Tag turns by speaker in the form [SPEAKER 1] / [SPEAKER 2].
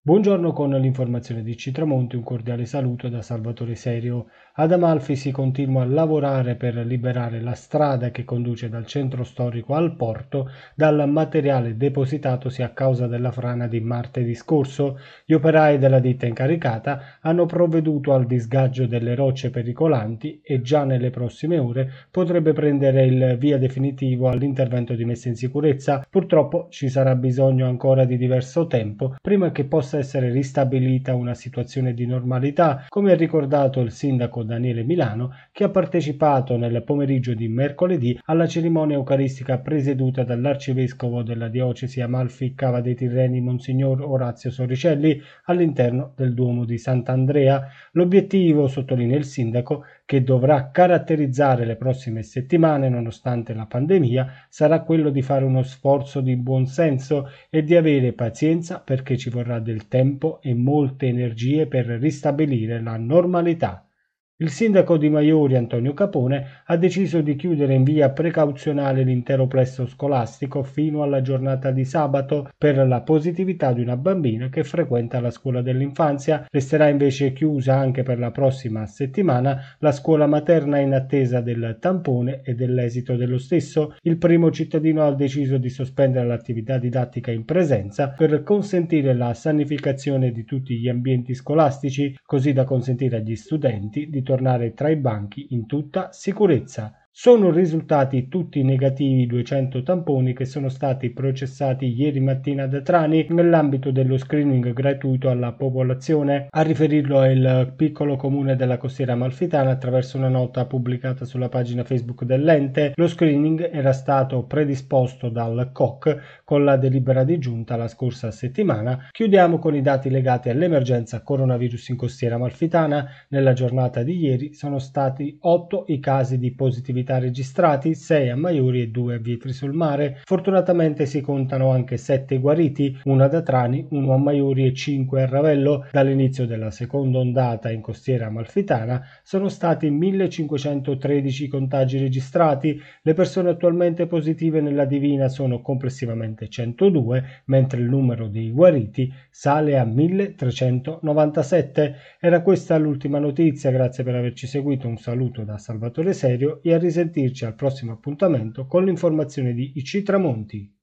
[SPEAKER 1] Buongiorno con l'informazione di Tramonti, un cordiale saluto da Salvatore Serio. Ad Amalfi si continua a lavorare per liberare la strada che conduce dal centro storico al porto dal materiale depositatosi a causa della frana di martedì scorso. Gli operai della ditta incaricata hanno provveduto al disgaggio delle rocce pericolanti e già nelle prossime ore potrebbe prendere il via definitivo all'intervento di messa in sicurezza. Purtroppo ci sarà bisogno ancora di diverso tempo prima che possa essere ristabilita una situazione di normalità, come ha ricordato il sindaco Daniele Milano, che ha partecipato nel pomeriggio di mercoledì alla cerimonia eucaristica presieduta dall'arcivescovo della diocesi Amalfi Cava dei Tirreni Monsignor Orazio Sorricelli all'interno del Duomo di Sant'Andrea. L'obiettivo, sottolinea il sindaco, che dovrà caratterizzare le prossime settimane nonostante la pandemia, sarà quello di fare uno sforzo di buon senso e di avere pazienza, perché ci vorrà del tempo e molte energie per ristabilire la normalità. Il sindaco di Maiori, Antonio Capone, ha deciso di chiudere in via precauzionale l'intero plesso scolastico fino alla giornata di sabato per la positività di una bambina che frequenta la scuola dell'infanzia. Resterà invece chiusa anche per la prossima settimana la scuola materna in attesa del tampone e dell'esito dello stesso. Il primo cittadino ha deciso di sospendere l'attività didattica in presenza per consentire la sanificazione di tutti gli ambienti scolastici, così da consentire agli studenti di tornare tra i banchi in tutta sicurezza. Sono risultati tutti negativi 200 tamponi che sono stati processati ieri mattina da Trani nell'ambito dello screening gratuito alla popolazione. A riferirlo è il piccolo comune della costiera amalfitana attraverso una nota pubblicata sulla pagina Facebook dell'ente. Lo screening era stato predisposto dal COC con la delibera di giunta la scorsa settimana. Chiudiamo con i dati legati all'emergenza coronavirus in costiera amalfitana. Nella giornata di ieri sono stati 8 i casi di positività registrati, 6 a Maiori e 2 a Vietri sul Mare. Fortunatamente si contano anche 7 guariti, 1 ad Atrani, 1 a Maiori e 5 a Ravello. Dall'inizio della seconda ondata in costiera amalfitana sono stati 1513 contagi registrati. Le persone attualmente positive nella Divina sono complessivamente 102, mentre il numero dei guariti sale a 1397. Era questa l'ultima notizia, grazie per averci seguito, un saluto da Salvatore Serio e a risentirci al prossimo appuntamento con l'informazione di IC Tramonti.